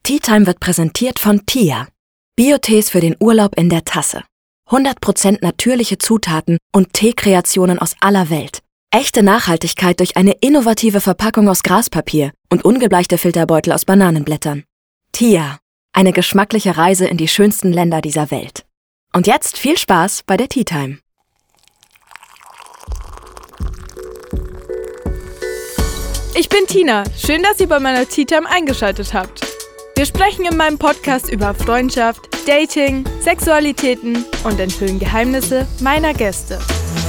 Tea Time wird präsentiert von Thea. Biotees für den Urlaub in der Tasse. 100% natürliche Zutaten und Teekreationen aus aller Welt. Echte Nachhaltigkeit durch eine innovative Verpackung aus Graspapier und ungebleichte Filterbeutel aus Bananenblättern. Thea. Eine geschmackliche Reise in die schönsten Länder dieser Welt. Und jetzt viel Spaß bei der Tea Time. Ich bin Tina. Schön, dass ihr bei meiner Tea Time eingeschaltet habt. Wir sprechen in meinem Podcast über Freundschaft, Dating, Sexualitäten und enthüllen Geheimnisse meiner Gäste.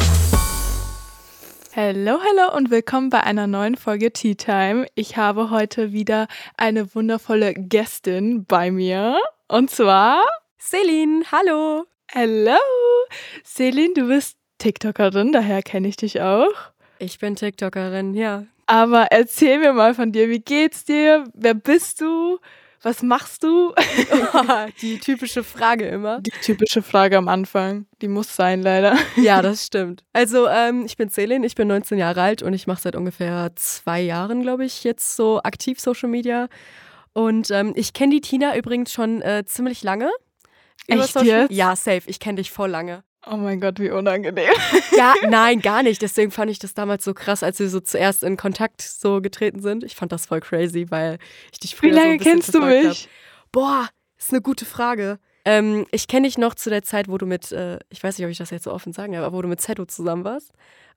Hallo und willkommen bei einer neuen Folge Tea Time. Ich habe heute wieder eine wundervolle Gästin bei mir. Und zwar Celine, hallo. Hallo. Celine, du bist TikTokerin, daher kenne ich dich auch. Ich bin TikTokerin, ja. Aber erzähl mir mal von dir, wie geht's dir? Wer bist du? Was machst du? Die typische Frage immer. Die typische Frage am Anfang. Die muss sein, leider. Ja, das stimmt. Also, ich bin Celine, ich bin 19 Jahre alt und ich mache seit ungefähr 2 Jahren, glaube ich, jetzt so aktiv Social Media. Und ich kenne die Tina übrigens schon ziemlich lange. Echt jetzt? Ja, safe. Ich kenne dich voll lange. Oh mein Gott, wie unangenehm. Ja, nein, gar nicht. Deswegen fand ich das damals so krass, als wir so zuerst in Kontakt so getreten sind. Ich fand das voll crazy, weil ich dich früher Wie lange so ein bisschen kennst du verfolgt mich? hab. Boah, ist eine gute Frage. Ich kenne dich noch zu der Zeit, wo du mit, ich weiß nicht, ob ich das jetzt so offen sagen darf, aber wo du mit Zetto zusammen warst.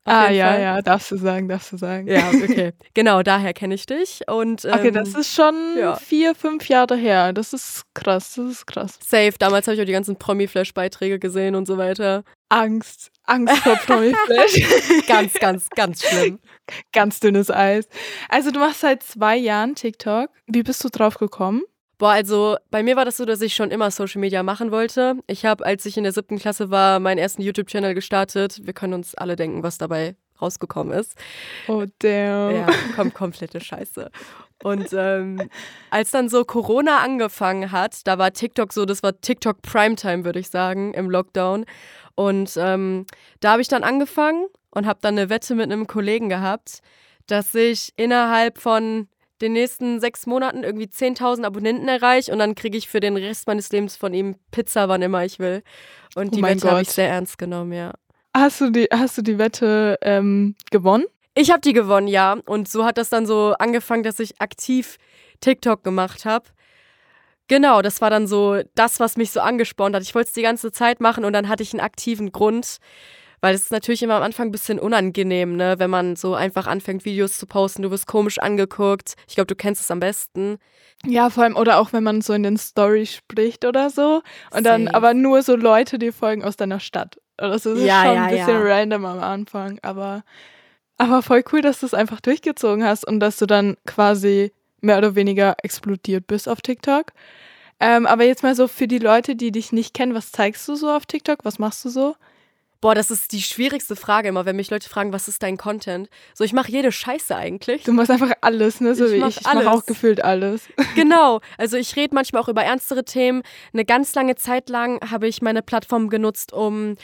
Ja, darfst du sagen. Ja, okay. Genau, daher kenne ich dich. Und, Okay, das ist schon 4-5 Jahre her. Das ist krass. Safe, damals habe ich auch die ganzen Promi-Flash-Beiträge gesehen und so weiter. Angst vor Promi-Flash. Ganz schlimm. Ganz dünnes Eis. Also du machst seit 2 Jahren TikTok. Wie bist du drauf gekommen? Boah, also bei mir war das so, dass ich schon immer Social Media machen wollte. Ich habe, als ich in der 7. Klasse war, meinen ersten YouTube-Channel gestartet. Wir können uns alle denken, was dabei rausgekommen ist. Oh, damn. Ja, komplette Scheiße. Und als dann so Corona angefangen hat, da war TikTok so, das war TikTok Primetime, würde ich sagen, im Lockdown. Und da habe ich dann angefangen und habe dann eine Wette mit einem Kollegen gehabt, dass ich innerhalb von den nächsten 6 Monaten irgendwie 10.000 Abonnenten erreiche und dann kriege ich für den Rest meines Lebens von ihm Pizza, wann immer ich will. Und die Wette habe ich sehr ernst genommen, ja. Hast du die Wette gewonnen? Ich habe die gewonnen, ja. Und so hat das dann so angefangen, dass ich aktiv TikTok gemacht habe. Genau, das war dann so das, was mich so angespornt hat. Ich wollte es die ganze Zeit machen und dann hatte ich einen aktiven Grund. Weil es ist natürlich immer am Anfang ein bisschen unangenehm, ne, wenn man so einfach anfängt, Videos zu posten. Du wirst komisch angeguckt. Ich glaube, du kennst es am besten. Ja, vor allem, oder auch wenn man so in den Storys spricht oder so. Und dann Safe. aber nur so Leute, die folgen aus deiner Stadt. Das ist Ja, schon ja, ein bisschen ja. random am Anfang. Aber voll cool, dass du es einfach durchgezogen hast und dass du dann quasi mehr oder weniger explodiert bist auf TikTok. Aber jetzt mal so für die Leute, die dich nicht kennen, was zeigst du so auf TikTok? Was machst du so? Boah, das ist die schwierigste Frage immer, wenn mich Leute fragen, was ist dein Content? So, ich mache jede Scheiße eigentlich. Du machst einfach alles, ne? So Ich wie mach ich. Ich mache alles. auch gefühlt alles. Genau, also ich rede manchmal auch über ernstere Themen. Eine ganz lange Zeit lang habe ich meine Plattform genutzt, um,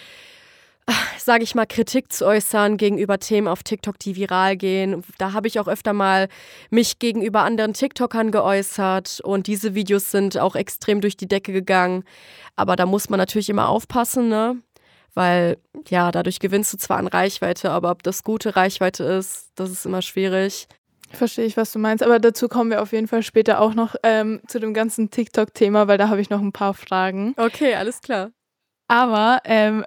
sage ich mal, Kritik zu äußern gegenüber Themen auf TikTok, die viral gehen. Da habe ich auch öfter mal mich gegenüber anderen TikTokern geäußert und diese Videos sind auch extrem durch die Decke gegangen. Aber da muss man natürlich immer aufpassen, ne? Weil, ja, dadurch gewinnst du zwar an Reichweite, aber ob das gute Reichweite ist, das ist immer schwierig. Verstehe ich, was du meinst. Aber dazu kommen wir auf jeden Fall später auch noch zu dem ganzen TikTok-Thema, weil da habe ich noch ein paar Fragen. Okay, alles klar. Aber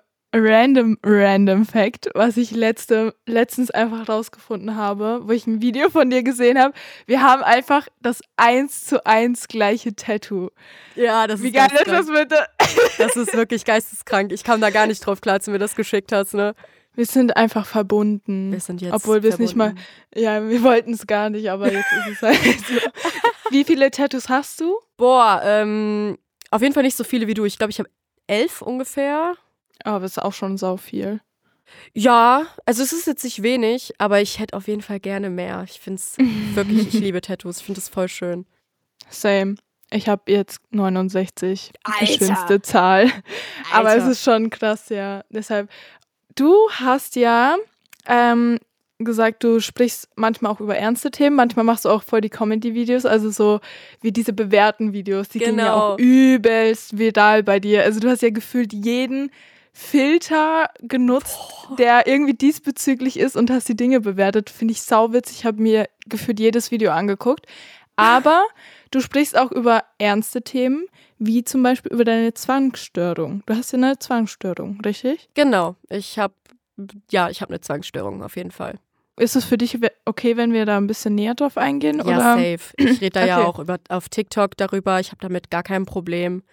random Fact, was ich letztens einfach rausgefunden habe, wo ich ein Video von dir gesehen habe. Wir haben einfach das 1:1 gleiche Tattoo. Ja, das ist Wie geil ist das geisteskrank. bitte? Das ist wirklich geisteskrank. Ich kam da gar nicht drauf klar, als du mir das geschickt hast, ne? Wir sind einfach verbunden. Wir sind jetzt Obwohl wir es nicht mal, ja, wir wollten es gar nicht, aber jetzt ist es halt so. Wie viele Tattoos hast du? Boah, auf jeden Fall nicht so viele wie du. Ich glaube, ich habe 11 ungefähr. Aber es ist auch schon sau viel. Ja, also es ist jetzt nicht wenig, aber ich hätte auf jeden Fall gerne mehr. Ich finde es wirklich, ich liebe Tattoos. Ich finde es voll schön. Same. Ich habe jetzt 69, die Alter. schönste Zahl. Aber es Alter. ist schon krass, ja. Deshalb, du hast ja gesagt, du sprichst manchmal auch über ernste Themen, manchmal machst du auch voll die Comedy-Videos, also so wie diese bewährten Videos, die gingen ja auch übelst viral bei dir. Also du hast ja gefühlt jeden Filter genutzt, der irgendwie diesbezüglich ist und hast die Dinge bewertet. Finde ich sauwitzig, ich habe mir gefühlt jedes Video angeguckt. Aber du sprichst auch über ernste Themen, wie zum Beispiel über deine Zwangsstörung. Du hast ja eine Zwangsstörung, richtig? Genau, ich habe eine Zwangsstörung auf jeden Fall. Ist es für dich okay, wenn wir da ein bisschen näher drauf eingehen? Ja, oder? Safe. Ich rede da ja Okay. auch auf TikTok darüber. Ich habe damit gar kein Problem.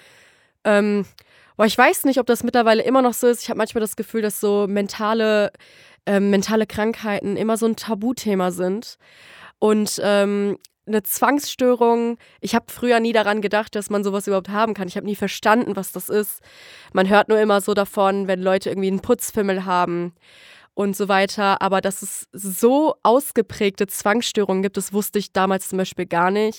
Ich weiß nicht, ob das mittlerweile immer noch so ist. Ich habe manchmal das Gefühl, dass so mentale Krankheiten immer so ein Tabuthema sind. Und eine Zwangsstörung, ich habe früher nie daran gedacht, dass man sowas überhaupt haben kann. Ich habe nie verstanden, was das ist. Man hört nur immer so davon, wenn Leute irgendwie einen Putzfimmel haben und so weiter. Aber dass es so ausgeprägte Zwangsstörungen gibt, das wusste ich damals zum Beispiel gar nicht.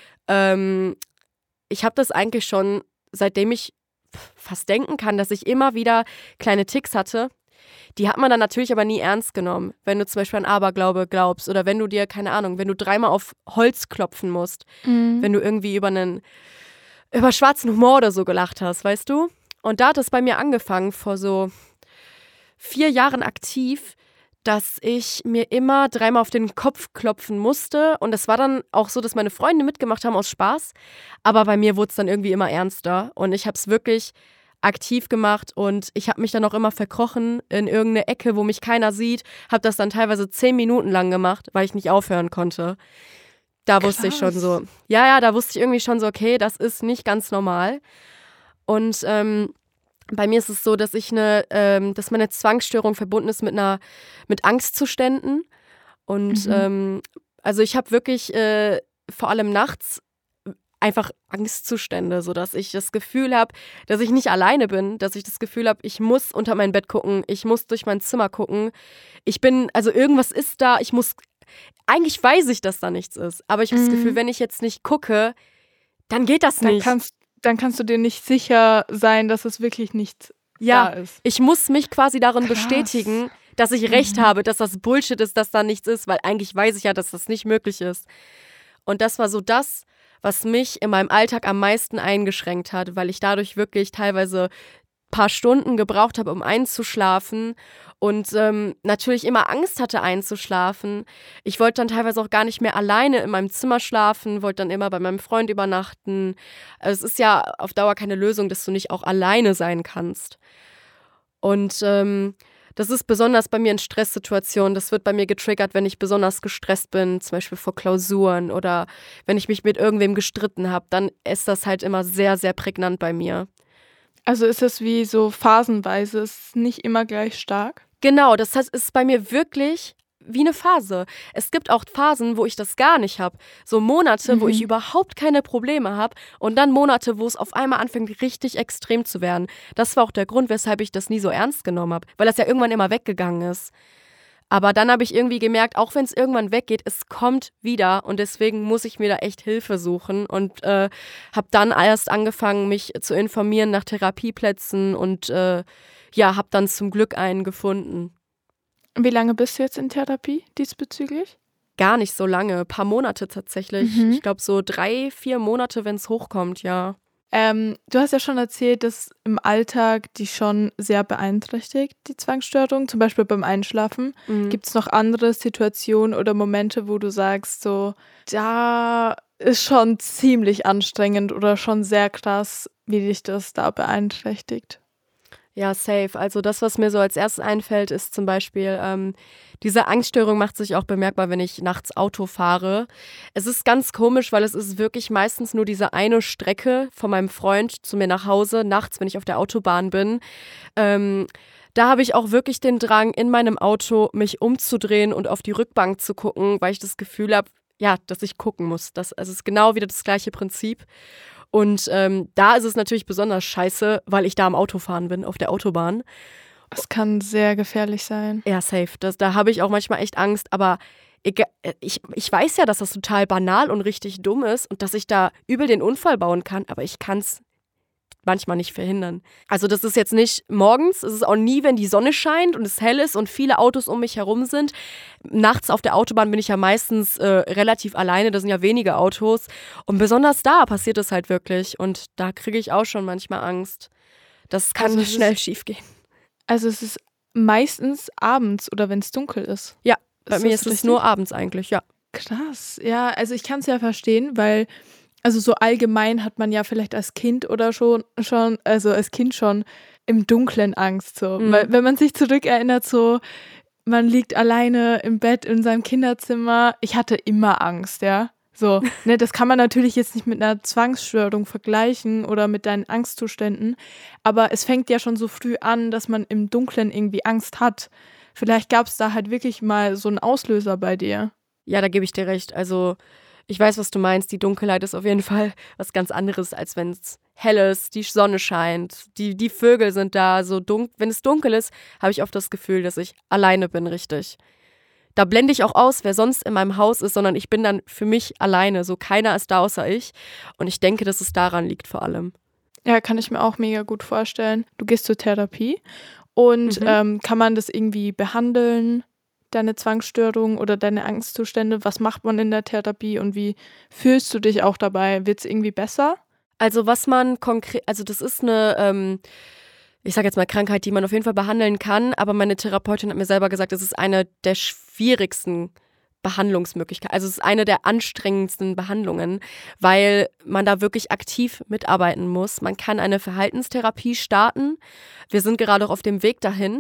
Ich habe das eigentlich schon, seitdem ich fast denken kann, dass ich immer wieder kleine Ticks hatte. Die hat man dann natürlich aber nie ernst genommen. Wenn du zum Beispiel an Aberglaube glaubst oder wenn du dir, keine Ahnung, wenn du 3-mal auf Holz klopfen musst, wenn du irgendwie über schwarzen Humor oder so gelacht hast, weißt du? Und da hat es bei mir angefangen, vor so 4 Jahren aktiv, dass ich mir immer 3-mal auf den Kopf klopfen musste. Und es war dann auch so, dass meine Freunde mitgemacht haben aus Spaß. Aber bei mir wurde es dann irgendwie immer ernster. Und ich habe es wirklich aktiv gemacht und ich habe mich dann auch immer verkrochen in irgendeine Ecke, wo mich keiner sieht. Habe das dann teilweise 10 Minuten lang gemacht, weil ich nicht aufhören konnte. Da wusste ich schon so, da wusste ich irgendwie schon so, okay, das ist nicht ganz normal. Und bei mir ist es so, dass dass meine Zwangsstörung verbunden ist mit Angstzuständen. Und also ich habe wirklich vor allem nachts einfach Angstzustände, sodass ich das Gefühl habe, dass ich nicht alleine bin, dass ich das Gefühl habe, ich muss unter mein Bett gucken, ich muss durch mein Zimmer gucken. Also irgendwas ist da, eigentlich weiß ich, dass da nichts ist, aber ich habe das Gefühl, wenn ich jetzt nicht gucke, dann geht das nicht. Dann kannst du dir nicht sicher sein, dass es wirklich nicht da ist. Ich muss mich quasi darin bestätigen, dass ich recht habe, dass das Bullshit ist, dass da nichts ist, weil eigentlich weiß ich ja, dass das nicht möglich ist. Und das war so das, was mich in meinem Alltag am meisten eingeschränkt hat, weil ich dadurch wirklich teilweise ein paar Stunden gebraucht habe, um einzuschlafen und natürlich immer Angst hatte, einzuschlafen. Ich wollte dann teilweise auch gar nicht mehr alleine in meinem Zimmer schlafen, wollte dann immer bei meinem Freund übernachten. Also es ist ja auf Dauer keine Lösung, dass du nicht auch alleine sein kannst. Und das ist besonders bei mir in Stresssituationen. Das wird bei mir getriggert, wenn ich besonders gestresst bin, zum Beispiel vor Klausuren oder wenn ich mich mit irgendwem gestritten habe. Dann ist das halt immer sehr, sehr prägnant bei mir. Also ist es wie so phasenweise, ist nicht immer gleich stark? Genau, das heißt, es ist bei mir wirklich wie eine Phase. Es gibt auch Phasen, wo ich das gar nicht habe. So Monate, wo ich überhaupt keine Probleme habe und dann Monate, wo es auf einmal anfängt, richtig extrem zu werden. Das war auch der Grund, weshalb ich das nie so ernst genommen habe, weil das ja irgendwann immer weggegangen ist. Aber dann habe ich irgendwie gemerkt, auch wenn es irgendwann weggeht, es kommt wieder und deswegen muss ich mir da echt Hilfe suchen und habe dann erst angefangen, mich zu informieren nach Therapieplätzen und habe dann zum Glück einen gefunden. Wie lange bist du jetzt in Therapie diesbezüglich? Gar nicht so lange, ein paar Monate tatsächlich. Ich glaube so 3-4 Monate, wenn es hochkommt, ja. Du hast ja schon erzählt, dass im Alltag die schon sehr beeinträchtigt, die Zwangsstörung, zum Beispiel beim Einschlafen. Gibt es noch andere Situationen oder Momente, wo du sagst, so, da ist schon ziemlich anstrengend oder schon sehr krass, wie dich das da beeinträchtigt? Ja, safe. Also das, was mir so als erstes einfällt, ist zum Beispiel, diese Angststörung macht sich auch bemerkbar, wenn ich nachts Auto fahre. Es ist ganz komisch, weil es ist wirklich meistens nur diese eine Strecke von meinem Freund zu mir nach Hause, nachts, wenn ich auf der Autobahn bin. Da habe ich auch wirklich den Drang, in meinem Auto mich umzudrehen und auf die Rückbank zu gucken, weil ich das Gefühl habe, ja, dass ich gucken muss. Es ist genau wieder das gleiche Prinzip. Und da ist es natürlich besonders scheiße, weil ich da am Autofahren bin, auf der Autobahn. Es kann sehr gefährlich sein. Ja, safe. Da habe ich auch manchmal echt Angst. Aber ich weiß ja, dass das total banal und richtig dumm ist und dass ich da übel den Unfall bauen kann. Aber ich kann es manchmal nicht verhindern. Also das ist jetzt nicht morgens, es ist auch nie, wenn die Sonne scheint und es hell ist und viele Autos um mich herum sind. Nachts auf der Autobahn bin ich ja meistens relativ alleine, da sind ja wenige Autos. Und besonders da passiert es halt wirklich. Und da kriege ich auch schon manchmal Angst. Das kann schnell schief gehen. Also es ist meistens abends oder wenn es dunkel ist. Ja, bei mir ist es nur abends eigentlich, ja. Krass, ja, also ich kann es ja verstehen, weil, also so allgemein hat man ja vielleicht als Kind oder also als Kind schon im Dunkeln Angst, so. Weil, wenn man sich zurückerinnert, so, man liegt alleine im Bett in seinem Kinderzimmer, ich hatte immer Angst, ja. So, ne, das kann man natürlich jetzt nicht mit einer Zwangsstörung vergleichen oder mit deinen Angstzuständen, aber es fängt ja schon so früh an, dass man im Dunkeln irgendwie Angst hat. Vielleicht gab es da halt wirklich mal so einen Auslöser bei dir. Ja, da gebe ich dir recht. Also ich weiß, was du meinst. Die Dunkelheit ist auf jeden Fall was ganz anderes, als wenn es hell ist, die Sonne scheint, die Vögel sind da. So wenn es dunkel ist, habe ich oft das Gefühl, dass ich alleine bin, richtig. Da blende ich auch aus, wer sonst in meinem Haus ist, sondern ich bin dann für mich alleine. So keiner ist da außer ich. Und ich denke, dass es daran liegt vor allem. Ja, kann ich mir auch mega gut vorstellen. Du gehst zur Therapie und kann man das irgendwie behandeln? Deine Zwangsstörung oder deine Angstzustände? Was macht man in der Therapie und wie fühlst du dich auch dabei? Wird es irgendwie besser? Also was man konkret, also das ist eine, ich sage jetzt mal Krankheit, die man auf jeden Fall behandeln kann, aber meine Therapeutin hat mir selber gesagt, es ist eine der schwierigsten Behandlungsmöglichkeiten. Also es ist eine der anstrengendsten Behandlungen, weil man da wirklich aktiv mitarbeiten muss. Man kann eine Verhaltenstherapie starten. Wir sind gerade auch auf dem Weg dahin.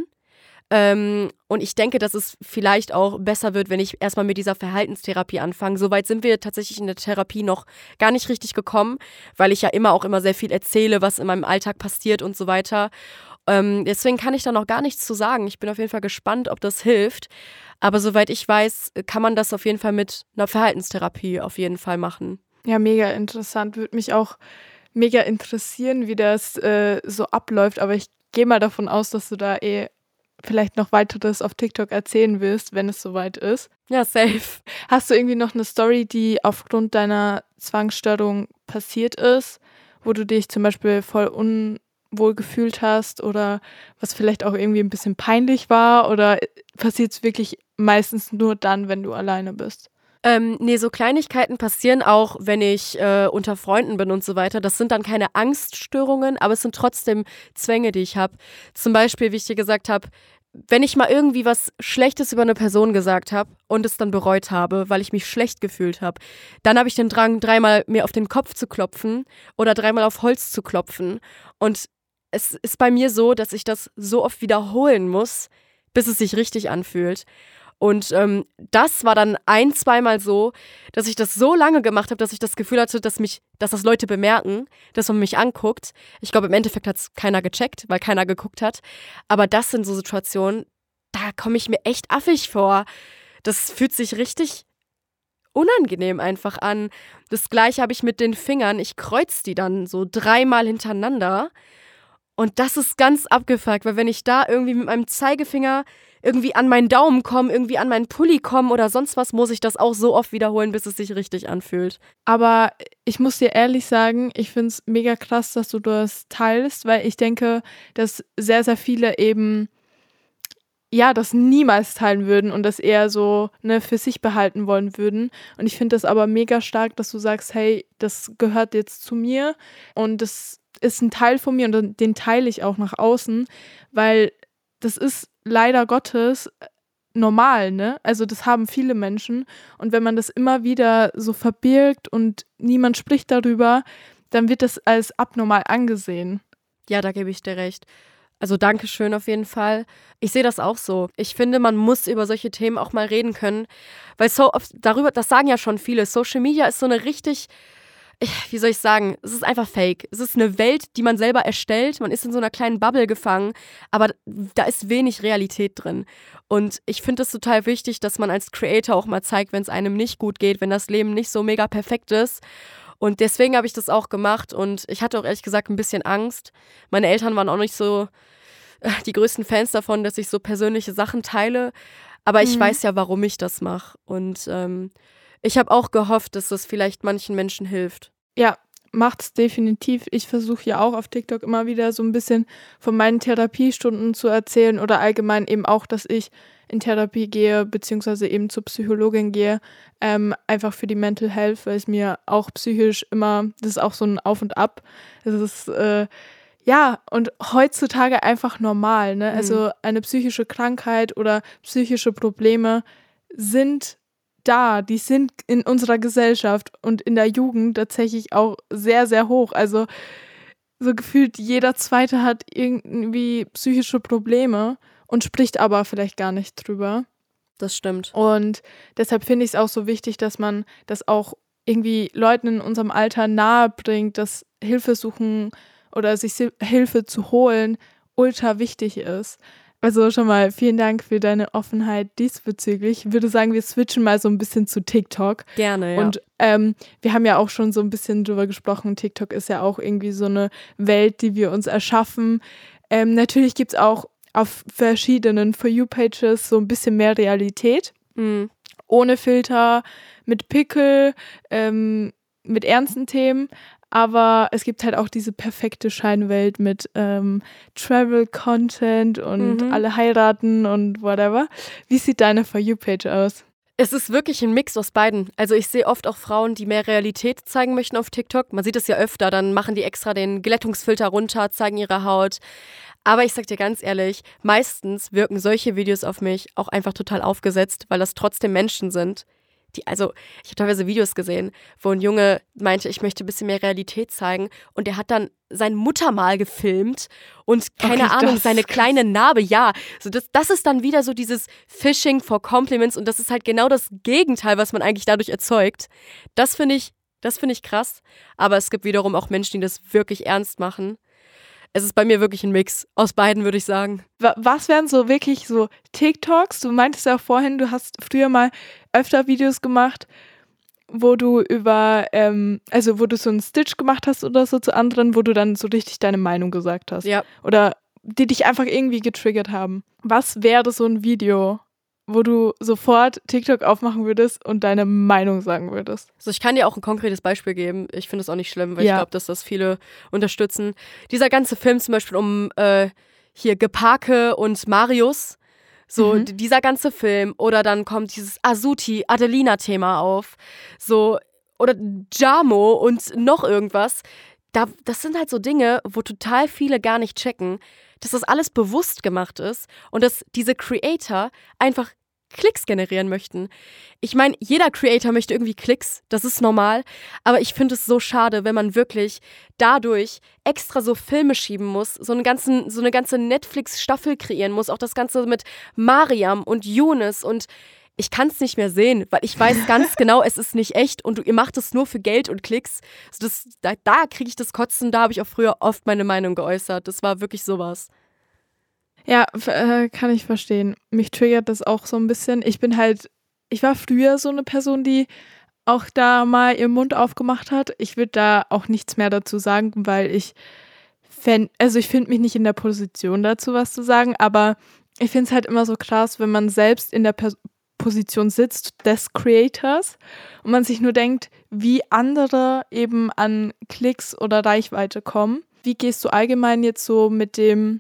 Und ich denke, dass es vielleicht auch besser wird, wenn ich erstmal mit dieser Verhaltenstherapie anfange. Soweit sind wir tatsächlich in der Therapie noch gar nicht richtig gekommen, weil ich ja immer sehr viel erzähle, was in meinem Alltag passiert und so weiter. Deswegen kann ich da noch gar nichts zu sagen. Ich bin auf jeden Fall gespannt, ob das hilft. Aber soweit ich weiß, kann man das auf jeden Fall mit einer Verhaltenstherapie auf jeden Fall machen. Ja, mega interessant. Würde mich auch mega interessieren, wie das so abläuft. Aber ich gehe mal davon aus, dass du da vielleicht noch weiteres auf TikTok erzählen willst, wenn es soweit ist. Ja, safe. Hast du irgendwie noch eine Story, die aufgrund deiner Zwangsstörung passiert ist, wo du dich zum Beispiel voll unwohl gefühlt hast oder was vielleicht auch irgendwie ein bisschen peinlich war, oder passiert es wirklich meistens nur dann, wenn du alleine bist? Nee, so Kleinigkeiten passieren auch, wenn ich unter Freunden bin und so weiter. Das sind dann keine Angststörungen, aber es sind trotzdem Zwänge, die ich habe. Zum Beispiel, wie ich dir gesagt habe, wenn ich mal irgendwie was Schlechtes über eine Person gesagt habe und es dann bereut habe, weil ich mich schlecht gefühlt habe, dann habe ich den Drang, 3-mal mir auf den Kopf zu klopfen oder 3-mal auf Holz zu klopfen. Und es ist bei mir so, dass ich das so oft wiederholen muss, bis es sich richtig anfühlt. Und das war dann 1-2 Mal so, dass ich das so lange gemacht habe, dass ich das Gefühl hatte, dass das Leute bemerken, dass man mich anguckt. Ich glaube, im Endeffekt hat es keiner gecheckt, weil keiner geguckt hat. Aber das sind so Situationen, da komme ich mir echt affig vor. Das fühlt sich richtig unangenehm einfach an. Das Gleiche habe ich mit den Fingern. Ich kreuze die dann so 3-mal hintereinander. Und das ist ganz abgefuckt, weil wenn ich da irgendwie mit meinem Zeigefinger irgendwie an meinen Daumen komme, irgendwie an meinen Pulli komme oder sonst was, muss ich das auch so oft wiederholen, bis es sich richtig anfühlt. Aber ich muss dir ehrlich sagen, ich finde es mega krass, dass du das teilst, weil ich denke, dass sehr, sehr viele eben das niemals teilen würden und das eher so für sich behalten wollen würden. Und ich finde das aber mega stark, dass du sagst, hey, das gehört jetzt zu mir und das ist ein Teil von mir und den teile ich auch nach außen, weil das ist leider Gottes normal, ne? Also das haben viele Menschen und wenn man das immer wieder so verbirgt und niemand spricht darüber, dann wird das als abnormal angesehen. Ja, da gebe ich dir recht. Also Dankeschön auf jeden Fall. Ich sehe das auch so. Ich finde, man muss über solche Themen auch mal reden können, weil so oft das sagen ja schon viele, Social Media ist so eine richtig, wie soll ich sagen, es ist einfach fake. Es ist eine Welt, die man selber erstellt. Man ist in so einer kleinen Bubble gefangen, aber da ist wenig Realität drin. Und ich finde es total wichtig, dass man als Creator auch mal zeigt, wenn es einem nicht gut geht, wenn das Leben nicht so mega perfekt ist. Und deswegen habe ich das auch gemacht und ich hatte auch ehrlich gesagt ein bisschen Angst. Meine Eltern waren auch nicht so die größten Fans davon, dass ich so persönliche Sachen teile. Aber ich weiß ja, warum ich das mache. Und ich habe auch gehofft, dass das vielleicht manchen Menschen hilft. Ja, macht's definitiv. Ich versuche ja auch auf TikTok immer wieder so ein bisschen von meinen Therapiestunden zu erzählen oder allgemein eben auch, dass ich in Therapie gehe, beziehungsweise eben zur Psychologin gehe, einfach für die Mental Health, weil es mir auch psychisch immer, das ist auch so ein Auf und Ab. Das ist, ja, und heutzutage einfach normal, ne? Also eine psychische Krankheit oder psychische Probleme sind da, die sind in unserer Gesellschaft und in der Jugend tatsächlich auch sehr, sehr hoch. Also so gefühlt jeder Zweite hat irgendwie psychische Probleme und spricht aber vielleicht gar nicht drüber. Das stimmt. Und deshalb finde ich es auch so wichtig, dass man das auch irgendwie Leuten in unserem Alter nahe bringt, dass Hilfe suchen oder sich Hilfe zu holen ultra wichtig ist. Also schon mal vielen Dank für deine Offenheit diesbezüglich. Ich würde sagen, wir switchen mal so ein bisschen zu TikTok. Gerne, ja. Und wir haben ja auch schon so ein bisschen drüber gesprochen. TikTok ist ja auch irgendwie so eine Welt, die wir uns erschaffen. Natürlich gibt es auch auf verschiedenen For You-Pages so ein bisschen mehr Realität. Ohne Filter, mit Pickel, mit ernsten Themen. Aber es gibt halt auch diese perfekte Scheinwelt mit Travel-Content und alle heiraten und whatever. Wie sieht deine For You-Page aus? Es ist wirklich ein Mix aus beiden. Also ich sehe oft auch Frauen, die mehr Realität zeigen möchten auf TikTok. Man sieht es ja öfter, dann machen die extra den Glättungsfilter runter, zeigen ihre Haut. Aber ich sag dir ganz ehrlich, meistens wirken solche Videos auf mich auch einfach total aufgesetzt, weil das trotzdem Menschen sind. Ich habe teilweise Videos gesehen, wo ein Junge meinte, ich möchte ein bisschen mehr Realität zeigen und der hat dann sein Muttermal gefilmt und keine Ahnung, seine kleine Narbe, ja. So das ist dann wieder so dieses Fishing for Compliments und das ist halt genau das Gegenteil, was man eigentlich dadurch erzeugt. Das finde ich krass, aber es gibt wiederum auch Menschen, die das wirklich ernst machen. Es ist bei mir wirklich ein Mix aus beiden, würde ich sagen. Was wären so wirklich so TikToks? Du meintest ja vorhin, du hast früher mal öfter Videos gemacht, wo du wo du so einen Stitch gemacht hast oder so zu anderen, wo du dann so richtig deine Meinung gesagt hast. Ja. Oder die dich einfach irgendwie getriggert haben. Was wäre so ein Video, wo du sofort TikTok aufmachen würdest und deine Meinung sagen würdest? Also ich kann dir auch ein konkretes Beispiel geben. Ich finde es auch nicht schlimm, weil ich glaube, dass das viele unterstützen. Dieser ganze Film zum Beispiel um hier Geparke und Marius, so dieser ganze Film. Oder dann kommt dieses Adelina-Thema auf. So, oder Jamo und noch irgendwas. Das sind halt so Dinge, wo total viele gar nicht checken, dass das alles bewusst gemacht ist und dass diese Creator einfach Klicks generieren möchten. Ich meine, jeder Creator möchte irgendwie Klicks, das ist normal, aber ich finde es so schade, wenn man wirklich dadurch extra so Filme schieben muss, so eine ganze Netflix-Staffel kreieren muss, auch das Ganze mit Mariam und Younes und ich kann es nicht mehr sehen, weil ich weiß ganz genau, es ist nicht echt und ihr macht es nur für Geld und Klicks. Also da kriege ich das Kotzen, da habe ich auch früher oft meine Meinung geäußert. Das war wirklich sowas. Ja, kann ich verstehen. Mich triggert das auch so ein bisschen. Ich war früher so eine Person, die auch da mal ihren Mund aufgemacht hat. Ich würde da auch nichts mehr dazu sagen, weil ich finde mich nicht in der Position dazu, was zu sagen, aber ich finde es halt immer so krass, wenn man selbst in der Position sitzt des Creators und man sich nur denkt, wie andere eben an Klicks oder Reichweite kommen. Wie gehst du allgemein jetzt so mit deinem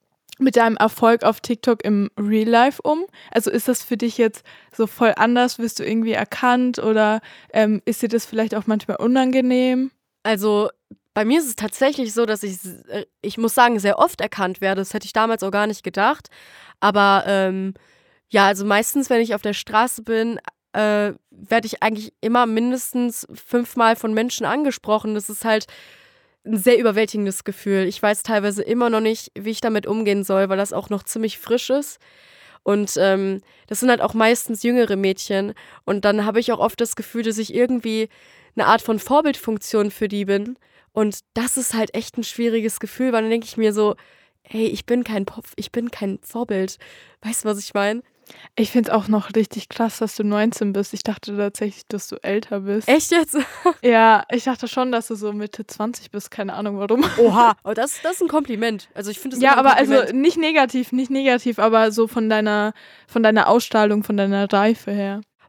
Erfolg auf TikTok im Real Life um? Also ist das für dich jetzt so voll anders? Wirst du irgendwie erkannt oder ist dir das vielleicht auch manchmal unangenehm? Also bei mir ist es tatsächlich so, dass ich muss sagen, sehr oft erkannt werde. Das hätte ich damals auch gar nicht gedacht. Aber ja, also meistens, wenn ich auf der Straße bin, werde ich eigentlich immer mindestens 5-mal von Menschen angesprochen. Das ist halt ein sehr überwältigendes Gefühl. Ich weiß teilweise immer noch nicht, wie ich damit umgehen soll, weil das auch noch ziemlich frisch ist. Und das sind halt auch meistens jüngere Mädchen. Und dann habe ich auch oft das Gefühl, dass ich irgendwie eine Art von Vorbildfunktion für die bin. Und das ist halt echt ein schwieriges Gefühl, weil dann denke ich mir so, hey, ich bin kein Vorbild. Weißt du, was ich meine? Ich finde es auch noch richtig krass, dass du 19 bist. Ich dachte tatsächlich, dass du älter bist. Echt jetzt? Ja, ich dachte schon, dass du so Mitte 20 bist. Keine Ahnung, warum. Oha, aber das ist ein Kompliment. Also ich finde es ja, aber ein Kompliment. Also nicht negativ, aber so von deiner Ausstrahlung, von deiner Reife her.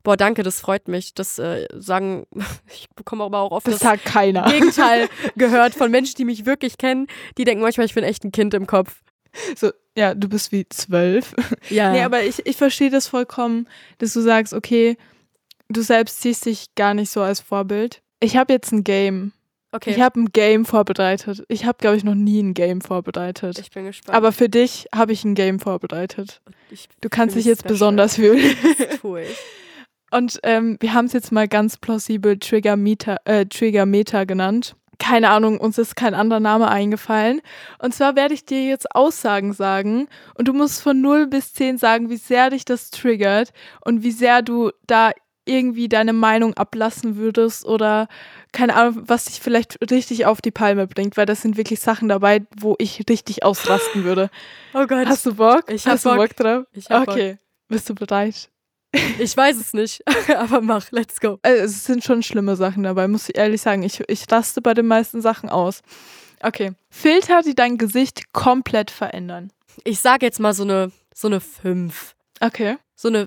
Boah, danke, das freut mich. Das sagen, ich bekomme aber auch oft Das sagt keiner. Gegenteil gehört von Menschen, die mich wirklich kennen. Die denken manchmal, ich bin echt ein Kind im Kopf. So, ja, du bist wie 12. Ja. Nee, aber ich verstehe das vollkommen, dass du sagst, okay, du selbst siehst dich gar nicht so als Vorbild. Ich habe jetzt ein Game. Okay. Ich habe ein Game vorbereitet. Ich habe, glaube ich, noch nie ein Game vorbereitet. Ich bin gespannt. Aber für dich habe ich ein Game vorbereitet. Du kannst dich fühl mich jetzt special. besonders fühlen. Das tue ich. Und wir haben es jetzt mal ganz plausibel Triggermeter genannt. Keine Ahnung, uns ist kein anderer Name eingefallen. Und zwar werde ich dir jetzt Aussagen sagen und du musst von 0 bis 10 sagen, wie sehr dich das triggert und wie sehr du da irgendwie deine Meinung ablassen würdest oder keine Ahnung, was dich vielleicht richtig auf die Palme bringt, weil das sind wirklich Sachen dabei, wo ich richtig ausrasten würde. Oh Gott. Hast du Bock? Ich hab Hast du Bock drauf? Ich hab Okay. Bist du bereit? Ich weiß es nicht, aber mach, let's go. Es sind schon schlimme Sachen dabei, muss ich ehrlich sagen. Ich raste bei den meisten Sachen aus. Okay. Filter, die dein Gesicht komplett verändern. Ich sage jetzt mal so eine 5. Okay. So eine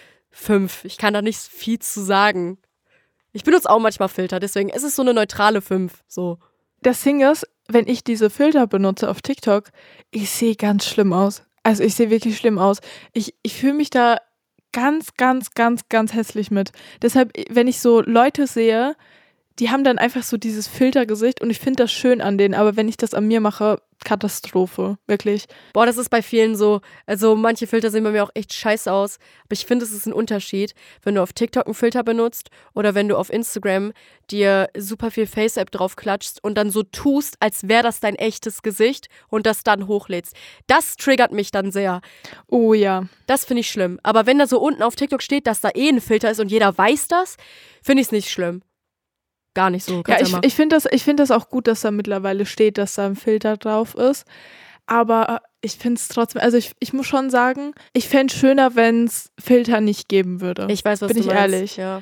5. Ich kann da nicht viel zu sagen. Ich benutze auch manchmal Filter, deswegen ist es so eine neutrale 5. So. Das Ding ist, wenn ich diese Filter benutze auf TikTok, ich sehe ganz schlimm aus. Also ich sehe wirklich schlimm aus. Ich fühle mich da ganz, ganz, ganz, ganz hässlich mit. Deshalb, wenn ich so Leute sehe, die haben dann einfach so dieses Filtergesicht und ich finde das schön an denen, aber wenn ich das an mir mache, Katastrophe, wirklich. Boah, das ist bei vielen so. Also manche Filter sehen bei mir auch echt scheiße aus. Aber ich finde, es ist ein Unterschied, wenn du auf TikTok einen Filter benutzt oder wenn du auf Instagram dir super viel Face-App drauf klatschst und dann so tust, als wäre das dein echtes Gesicht und das dann hochlädst. Das triggert mich dann sehr. Oh ja. Das finde ich schlimm. Aber wenn da so unten auf TikTok steht, dass da eh ein Filter ist und jeder weiß das, finde ich es nicht schlimm. Gar nicht so. Ja, ich finde das auch gut, dass da mittlerweile steht, dass da ein Filter drauf ist. Aber ich finde es trotzdem, also ich muss schon sagen, ich fände es schöner, wenn es Filter nicht geben würde. Ich weiß, was Bin du ich meinst. ehrlich. Ja.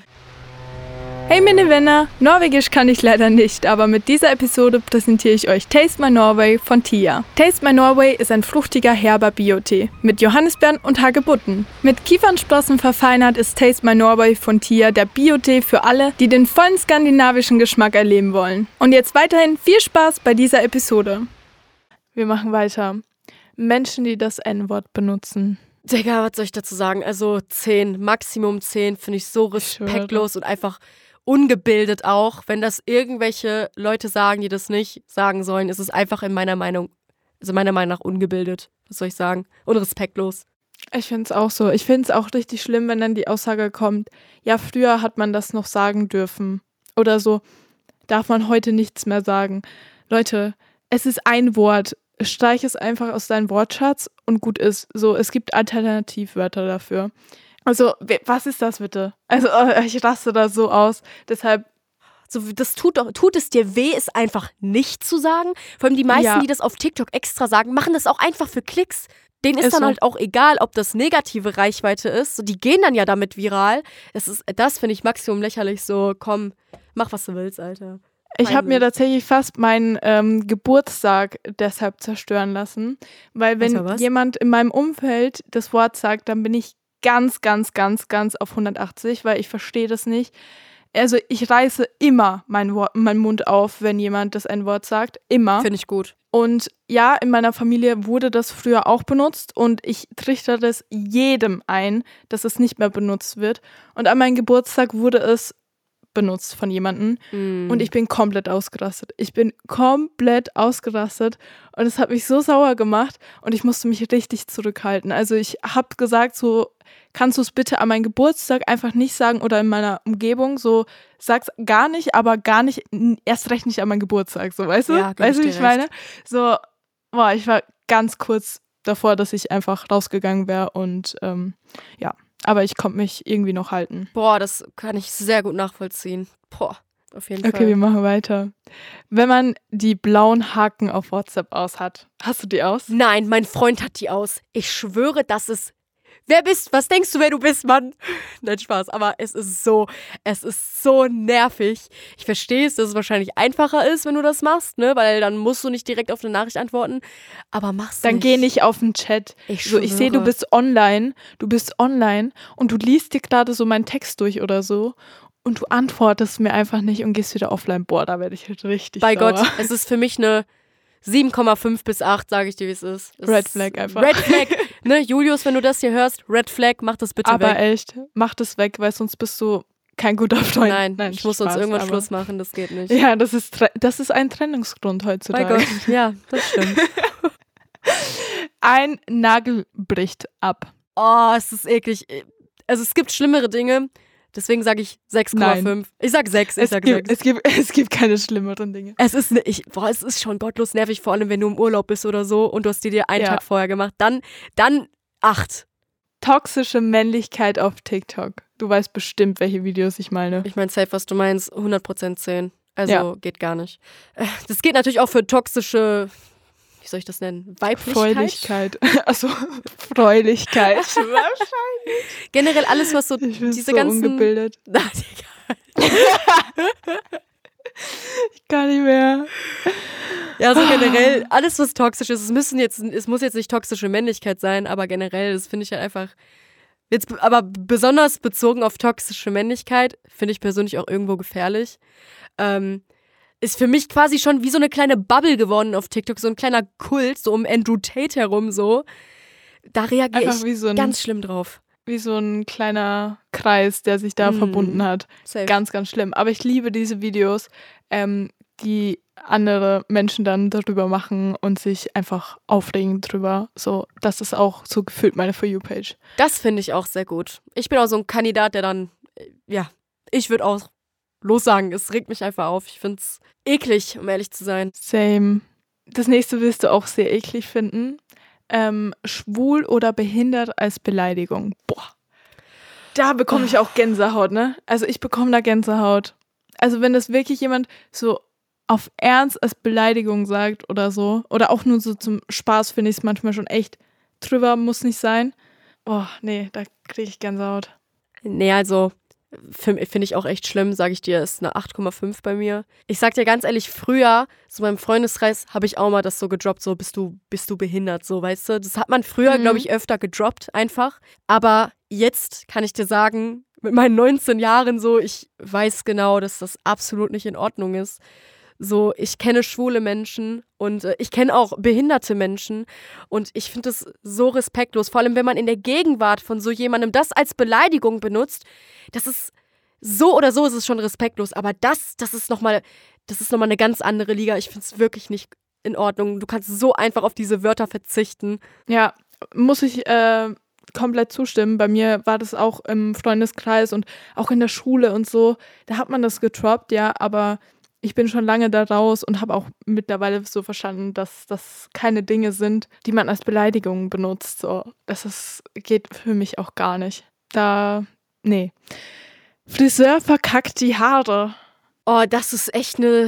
Hey meine Venner, Norwegisch kann ich leider nicht, aber mit dieser Episode präsentiere ich euch Taste My Norway von Tia. Taste My Norway ist ein fruchtiger, herber Biotee mit Johannisbeeren und Hagebutten. Mit Kiefernsprossen verfeinert ist Taste My Norway von Tia der Biotee für alle, die den vollen skandinavischen Geschmack erleben wollen. Und jetzt weiterhin viel Spaß bei dieser Episode. Wir machen weiter. Menschen, die das N-Wort benutzen. Digga, was soll ich dazu sagen? Also 10, Maximum 10 finde ich so respektlos und einfach ungebildet auch. Wenn das irgendwelche Leute sagen, die das nicht sagen sollen, ist es einfach in meiner Meinung, also meiner Meinung nach ungebildet. Was soll ich sagen? Und respektlos. Ich finde es auch so. Ich finde es auch richtig schlimm, wenn dann die Aussage kommt, ja, früher hat man das noch sagen dürfen. Oder so, darf man heute nichts mehr sagen. Leute, es ist ein Wort. Streich es einfach aus deinem Wortschatz und gut ist. So, es gibt Alternativwörter dafür. Also, was ist das bitte? Also, ich raste da so aus. Deshalb. So, das tut es dir weh, es einfach nicht zu sagen? Vor allem die meisten, die das auf TikTok extra sagen, machen das auch einfach für Klicks. Denen ist dann so. Halt auch egal, ob das negative Reichweite ist. So, die gehen dann ja damit viral. Das finde ich maximum lächerlich. So, komm, mach, was du willst, Alter. Ich habe mir tatsächlich fast meinen Geburtstag deshalb zerstören lassen. Weil wenn jemand in meinem Umfeld das Wort sagt, dann bin ich ganz, ganz, ganz, ganz auf 180, weil ich verstehe das nicht. Also ich reiße immer meinen Mund auf, wenn jemand das N-Wort sagt. Immer. Finde ich gut. Und ja, in meiner Familie wurde das früher auch benutzt und ich trichter das jedem ein, dass es nicht mehr benutzt wird. Und an meinem Geburtstag wurde es benutzt von jemandem und ich bin komplett ausgerastet. Und es hat mich so sauer gemacht und ich musste mich richtig zurückhalten. Also ich habe gesagt, so kannst du es bitte an meinem Geburtstag einfach nicht sagen oder in meiner Umgebung, so sag's gar nicht, aber gar nicht, erst recht nicht an meinem Geburtstag, so, weißt du? Ja, weißt du, wie ich meine? So, boah, ich war ganz kurz davor, dass ich einfach rausgegangen wäre und ja. Aber ich konnte mich irgendwie noch halten. Boah, das kann ich sehr gut nachvollziehen. Boah, auf jeden Fall. Okay, wir machen weiter. Wenn man die blauen Haken auf WhatsApp aus hat, hast du die aus? Nein, mein Freund hat die aus. Ich schwöre, das ist was denkst du, wer du bist, Mann? Nein, Spaß, aber es ist so nervig. Ich verstehe es, dass es wahrscheinlich einfacher ist, wenn du das machst, ne, weil dann musst du nicht direkt auf eine Nachricht antworten, aber mach's nicht. Dann geh nicht auf den Chat. Ich sehe, du bist online und du liest dir gerade so meinen Text durch oder so und du antwortest mir einfach nicht und gehst wieder offline. Boah, da werde ich halt richtig Bei sauer. Gott, es ist für mich eine 7,5 bis 8, sage ich dir, wie es ist. Red Flag einfach. Red Flag. Ne, Julius, wenn du das hier hörst, Red Flag, mach das bitte weg. Aber echt, mach das weg, weil sonst bist du kein guter Freund. Nein, ich muss sonst irgendwann Schluss machen, das geht nicht. Ja, das ist ein Trennungsgrund heutzutage. Bei Gott, ja, das stimmt. Ein Nagel bricht ab. Oh, es ist eklig. Also es gibt schlimmere Dinge, deswegen sage ich 6,5. Ich sag 6, Es gibt keine schlimmeren Dinge. Es ist schon gottlos nervig, vor allem wenn du im Urlaub bist oder so und du hast die dir einen Tag vorher gemacht. Dann 8. Toxische Männlichkeit auf TikTok. Du weißt bestimmt, welche Videos ich meine. Ich meine safe, was du meinst, 100% 10. Also geht gar nicht. Das geht natürlich auch für toxische, wie soll ich das nennen? Freudigkeit. Also Freudigkeit. Wahrscheinlich. Generell alles, was so Ich bin diese so ganzen... ungebildet. Ich kann nicht mehr. Ja, so generell alles, was toxisch ist. Es muss jetzt nicht toxische Männlichkeit sein, aber generell, das finde ich halt einfach. Aber besonders bezogen auf toxische Männlichkeit, finde ich persönlich auch irgendwo gefährlich. Ist für mich quasi schon wie so eine kleine Bubble geworden auf TikTok, so ein kleiner Kult, so um Andrew Tate herum, so. Da reagiere ich ganz schlimm drauf. Wie so ein kleiner Kreis, der sich da verbunden hat. Safe. Ganz, ganz schlimm. Aber ich liebe diese Videos, die andere Menschen dann darüber machen und sich einfach aufregen drüber. So, das ist auch so gefühlt meine For You-Page. Das finde ich auch sehr gut. Ich bin auch so ein Kandidat, der dann, ich würde auch lossagen, es regt mich einfach auf. Ich finde es eklig, um ehrlich zu sein. Same. Das nächste wirst du auch sehr eklig finden. Schwul oder behindert als Beleidigung. Boah. Da bekomme ich auch Gänsehaut, ne? Also ich bekomme da Gänsehaut. Also wenn das wirklich jemand so auf Ernst als Beleidigung sagt oder so, oder auch nur so zum Spaß, finde ich es manchmal schon echt drüber, muss nicht sein. Oh, nee, da kriege ich Gänsehaut. Nee, also finde ich auch echt schlimm, sage ich dir, ist eine 8,5 bei mir. Ich sag dir ganz ehrlich, früher, so beim Freundeskreis, habe ich auch mal das so gedroppt, so bist du behindert, so, weißt du. Das hat man früher, glaube ich, öfter gedroppt, einfach. Aber jetzt kann ich dir sagen, mit meinen 19 Jahren so, ich weiß genau, dass das absolut nicht in Ordnung ist. So, ich kenne schwule Menschen und ich kenne auch behinderte Menschen und ich finde das so respektlos, vor allem wenn man in der Gegenwart von so jemandem das als Beleidigung benutzt, das ist so oder so ist es schon respektlos, aber das ist nochmal eine ganz andere Liga. Ich finde es wirklich nicht in Ordnung. Du kannst so einfach auf diese Wörter verzichten. Ja, muss ich komplett zustimmen. Bei mir war das auch im Freundeskreis und auch in der Schule und so. Da hat man das getroppt, ja, aber ich bin schon lange da raus und habe auch mittlerweile so verstanden, dass das keine Dinge sind, die man als Beleidigung benutzt. So, geht für mich auch gar nicht. Nee. Friseur verkackt die Haare. Oh, das ist echt eine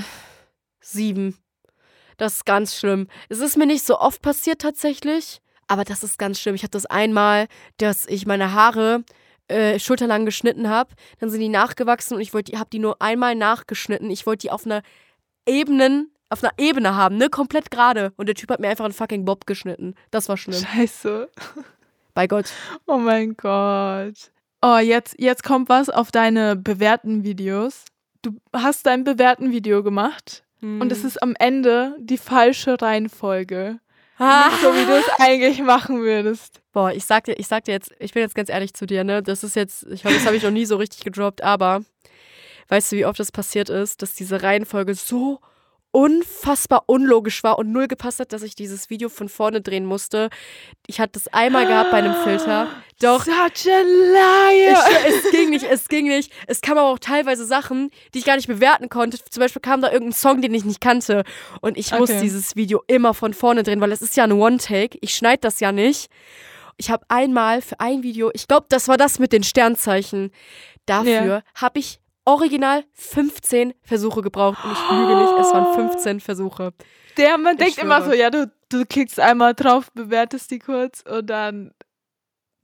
7. Das ist ganz schlimm. Es ist mir nicht so oft passiert tatsächlich, aber das ist ganz schlimm. Ich hatte das einmal, dass ich meine Haare schulterlang geschnitten habe, dann sind die nachgewachsen und ich habe die nur einmal nachgeschnitten. Ich wollte die auf einer Ebene haben, ne, komplett gerade. Und der Typ hat mir einfach einen fucking Bob geschnitten. Das war schlimm. Scheiße. Bei Gott. Oh mein Gott. Oh, jetzt kommt was auf deine bewährten Videos. Du hast dein bewährten Video gemacht und es ist am Ende die falsche Reihenfolge. Nicht so, wie du es eigentlich machen würdest. Boah, ich sag dir jetzt, ich bin jetzt ganz ehrlich zu dir, ne? Das ist jetzt, ich glaube, das habe ich noch nie so richtig gedroppt, aber weißt du, wie oft das passiert ist, dass diese Reihenfolge so unfassbar unlogisch war und null gepasst hat, dass ich dieses Video von vorne drehen musste. Ich hatte das einmal gehabt bei einem Filter. Doch. Such a liar. Es ging nicht. Es kamen aber auch teilweise Sachen, die ich gar nicht bewerten konnte. Zum Beispiel kam da irgendein Song, den ich nicht kannte. Und ich muss dieses Video immer von vorne drehen, weil es ist ja ein One-Take. Ich schneide das ja nicht. Ich habe einmal für ein Video, ich glaube, das war das mit den Sternzeichen. Dafür habe ich original 15 Versuche gebraucht und ich lüge nicht, es waren 15 Versuche. Man denkt immer so, ja, du klickst einmal drauf, bewertest die kurz und dann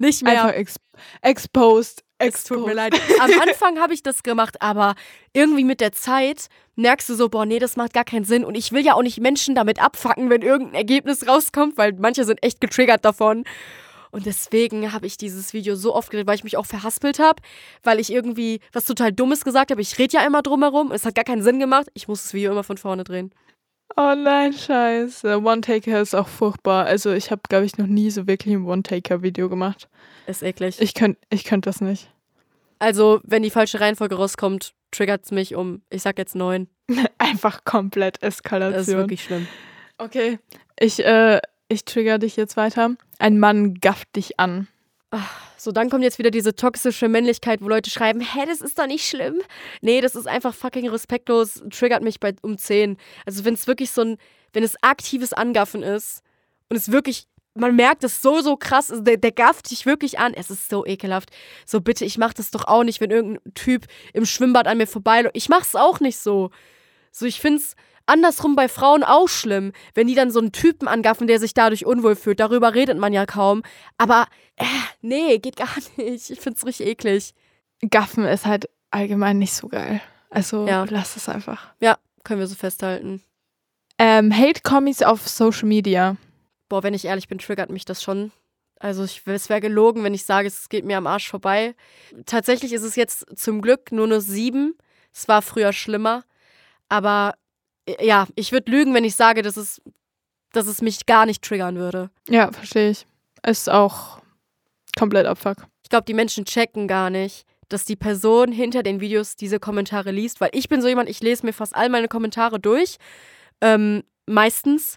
Nicht mehr. Einfach exposed. Es tut mir leid. Am Anfang habe ich das gemacht, aber irgendwie mit der Zeit merkst du so, boah, nee, das macht gar keinen Sinn. Und ich will ja auch nicht Menschen damit abfacken, wenn irgendein Ergebnis rauskommt, weil manche sind echt getriggert davon. Und deswegen habe ich dieses Video so oft gedreht, weil ich mich auch verhaspelt habe, weil ich irgendwie was total Dummes gesagt habe. Ich rede ja immer drumherum. Es hat gar keinen Sinn gemacht. Ich muss das Video immer von vorne drehen. Oh nein, scheiße. One-Taker ist auch furchtbar. Also ich habe, glaube ich, noch nie so wirklich ein One-Taker-Video gemacht. Ist eklig. Ich könnt das nicht. Also, wenn die falsche Reihenfolge rauskommt, triggert es mich um, ich sag jetzt 9. Einfach komplett Eskalation. Das ist wirklich schlimm. Okay, ich trigger dich jetzt weiter. Ein Mann gafft dich an. So, dann kommt jetzt wieder diese toxische Männlichkeit, wo Leute schreiben, hä, das ist doch nicht schlimm. Nee, das ist einfach fucking respektlos, triggert mich um 10. Also wenn es wirklich wenn es aktives Angaffen ist und es wirklich, man merkt es so krass, also der gafft dich wirklich an, es ist so ekelhaft. So bitte, ich mach das doch auch nicht, wenn irgendein Typ im Schwimmbad an mir vorbeiläuft. Ich mach's auch nicht so. So, ich find's andersrum bei Frauen auch schlimm, wenn die dann so einen Typen angaffen, der sich dadurch unwohl fühlt. Darüber redet man ja kaum. Aber, nee, geht gar nicht. Ich find's richtig eklig. Gaffen ist halt allgemein nicht so geil. Also, Ja. lass es einfach. Ja, können wir so festhalten. Hate-Kommis auf Social Media. Boah, wenn ich ehrlich bin, triggert mich das schon. Also es wäre gelogen, wenn ich sage, es geht mir am Arsch vorbei. Tatsächlich ist es jetzt zum Glück nur 7. Es war früher schlimmer. Aber ja, ich würde lügen, wenn ich sage, dass es mich gar nicht triggern würde. Ja, verstehe ich. Ist auch komplett Abfuck. Ich glaube, die Menschen checken gar nicht, dass die Person hinter den Videos diese Kommentare liest. Weil ich bin so jemand, ich lese mir fast all meine Kommentare durch. Meistens.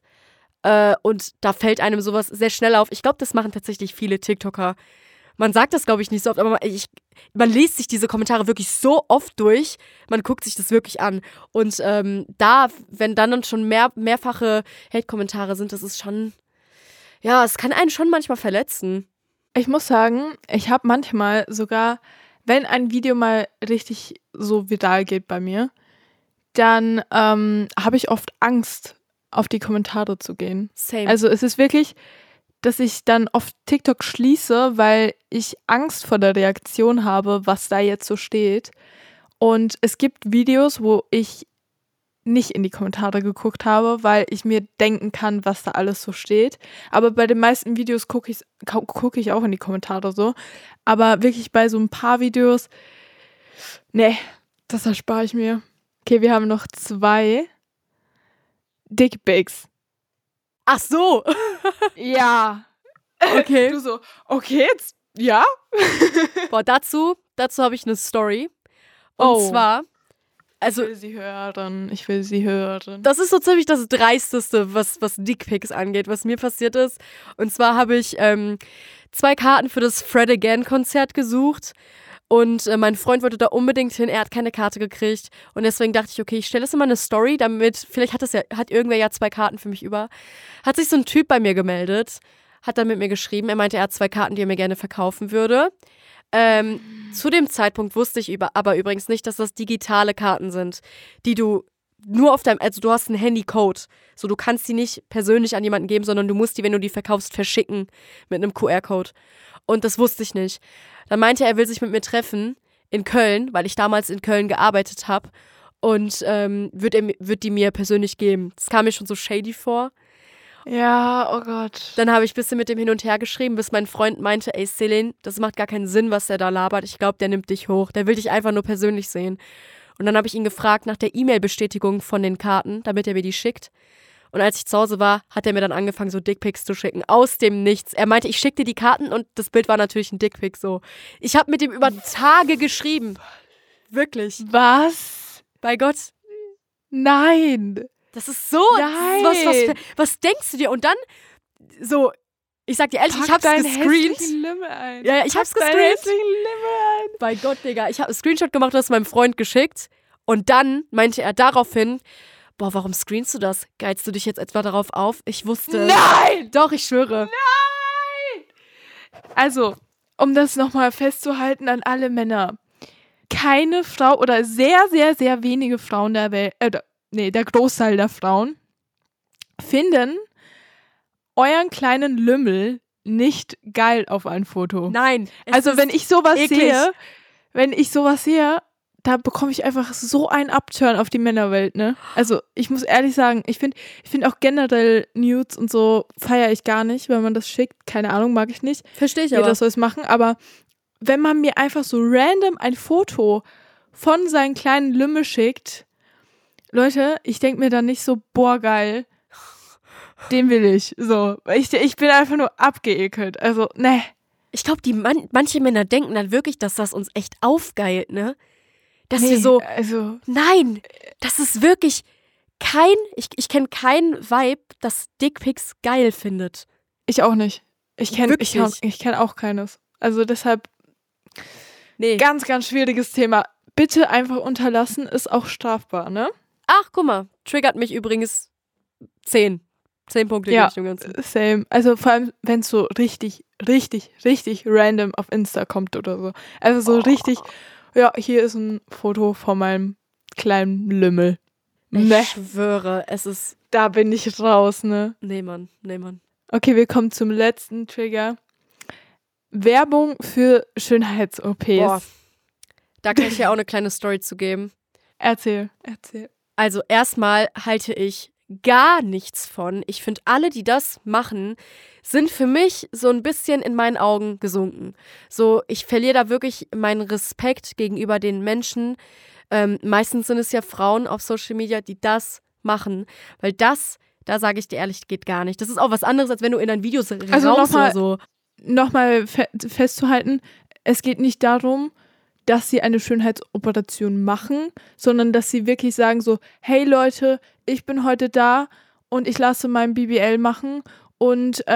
Und da fällt einem sowas sehr schnell auf. Ich glaube, das machen tatsächlich viele TikToker. Man sagt das, glaube ich, nicht so oft, aber man liest sich diese Kommentare wirklich so oft durch. Man guckt sich das wirklich an. Und wenn dann schon mehrfache Hate-Kommentare sind, das ist schon, ja, es kann einen schon manchmal verletzen. Ich muss sagen, ich habe manchmal sogar, wenn ein Video mal richtig so viral geht bei mir, dann habe ich oft Angst, auf die Kommentare zu gehen. Same. Also es ist wirklich, dass ich dann oft TikTok schließe, weil ich Angst vor der Reaktion habe, was da jetzt so steht. Und es gibt Videos, wo ich nicht in die Kommentare geguckt habe, weil ich mir denken kann, was da alles so steht. Aber bei den meisten Videos gucke ich auch in die Kommentare so. Aber wirklich bei so ein paar Videos, nee, das erspare ich mir. Okay, wir haben noch 2. Dickpics. Ach so. Ja. Okay. Du so, okay, jetzt, ja? Boah, dazu habe ich eine Story. Und zwar, also Ich will sie hören. das ist so ziemlich das Dreisteste, was Dickpics angeht, was mir passiert ist. Und zwar habe ich 2 Karten für das Fred Again-Konzert gesucht. Und mein Freund wollte da unbedingt hin, er hat keine Karte gekriegt. Und deswegen dachte ich, okay, ich stelle das in mal eine Story, damit, vielleicht hat irgendwer ja 2 Karten für mich über. Hat sich so ein Typ bei mir gemeldet, hat dann mit mir geschrieben, er meinte, er hat 2 Karten, die er mir gerne verkaufen würde. Zu dem Zeitpunkt wusste ich aber übrigens nicht, dass das digitale Karten sind, die du nur also du hast einen Handycode. So, du kannst die nicht persönlich an jemanden geben, sondern du musst die, wenn du die verkaufst, verschicken mit einem QR-Code. Und das wusste ich nicht. Dann meinte er will sich mit mir treffen in Köln, weil ich damals in Köln gearbeitet habe. Und wird die mir persönlich geben. Das kam mir schon so shady vor. Ja, oh Gott. Dann habe ich ein bisschen mit dem hin und her geschrieben, bis mein Freund meinte, ey Celine, das macht gar keinen Sinn, was der da labert. Ich glaube, der nimmt dich hoch. Der will dich einfach nur persönlich sehen. Und dann habe ich ihn gefragt nach der E-Mail-Bestätigung von den Karten, damit er mir die schickt. Und als ich zu Hause war, hat er mir dann angefangen, so Dickpics zu schicken. Aus dem Nichts. Er meinte, ich schicke dir die Karten und das Bild war natürlich ein Dickpic so. Ich habe mit ihm über Tage geschrieben. Wirklich. Was? Bei Gott. Nein. Das ist so. Nein. Was denkst du dir? Und dann so, ich sag dir ehrlich, ich hab's gescreent. Ja, ich hab's gescreent. Bei Gott, Digga. Ich habe einen Screenshot gemacht und das meinem Freund geschickt. Und dann meinte er daraufhin, boah, warum screenst du das? Geilst du dich jetzt etwa darauf auf? Ich wusste. Nein! Doch, ich schwöre. Nein! Also, um das nochmal festzuhalten an alle Männer. Keine Frau oder sehr, sehr, sehr wenige Frauen der Welt, der Großteil der Frauen finden euren kleinen Lümmel nicht geil auf ein Foto. Nein. Also wenn ich sowas sehe, da bekomme ich einfach so einen Upturn auf die Männerwelt, ne? Also ich muss ehrlich sagen, ich finde auch generell Nudes und so feiere ich gar nicht, wenn man das schickt. Keine Ahnung, mag ich nicht. Verstehe ich aber. Jeder soll es machen, aber wenn man mir einfach so random ein Foto von seinen kleinen Lümmel schickt, Leute, ich denke mir dann nicht so, boah, geil, den will ich. So, ich bin einfach nur abgeekelt. Also, ne. Ich glaube, manche Männer denken dann wirklich, dass das uns echt aufgeilt, ne? Dass wir so, nein, das ist wirklich ich kenne keinen Vibe, das Dickpics geil findet. Ich auch nicht. Ich kenne auch keines. Also deshalb, ganz, ganz schwieriges Thema. Bitte einfach unterlassen, ist auch strafbar, ne? Ach, guck mal, triggert mich übrigens 10 Punkte. Ja, same. Also vor allem, wenn es so richtig, richtig, richtig random auf Insta kommt oder so. Also so richtig, ja, hier ist ein Foto von meinem kleinen Lümmel. Ich schwöre, es ist... Da bin ich raus, ne? Nee, Mann. Okay, wir kommen zum letzten Trigger. Werbung für Schönheits-OPs. Boah, da kann ich ja auch eine kleine Story zu geben. Erzähl. Also erstmal halte ich gar nichts von. Ich finde, alle, die das machen, sind für mich so ein bisschen in meinen Augen gesunken. So, ich verliere da wirklich meinen Respekt gegenüber den Menschen. Meistens sind es ja Frauen auf Social Media, die das machen. Weil da sage ich dir ehrlich, geht gar nicht. Das ist auch was anderes, als wenn du in deinen Videos raus oder so. Nochmal festzuhalten, es geht nicht darum, dass sie eine Schönheitsoperation machen, sondern dass sie wirklich sagen so, hey Leute, ich bin heute da und ich lasse mein BBL machen und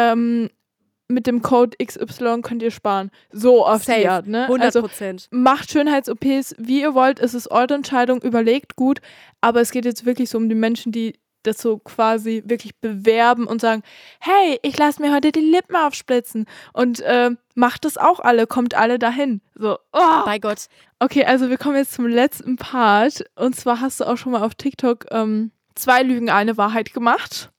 mit dem Code XY könnt ihr sparen. So auf Safe, die Art, ne? 100%. Also macht Schönheits-OPs, wie ihr wollt, es ist eure Entscheidung, überlegt gut, aber es geht jetzt wirklich so um die Menschen, die das so quasi wirklich bewerben und sagen, hey, ich lasse mir heute die Lippen aufspritzen und macht das auch alle, kommt alle dahin. So, oh. Bei Gott. Okay, also wir kommen jetzt zum letzten Part und zwar hast du auch schon mal auf TikTok 2 Lügen, eine Wahrheit gemacht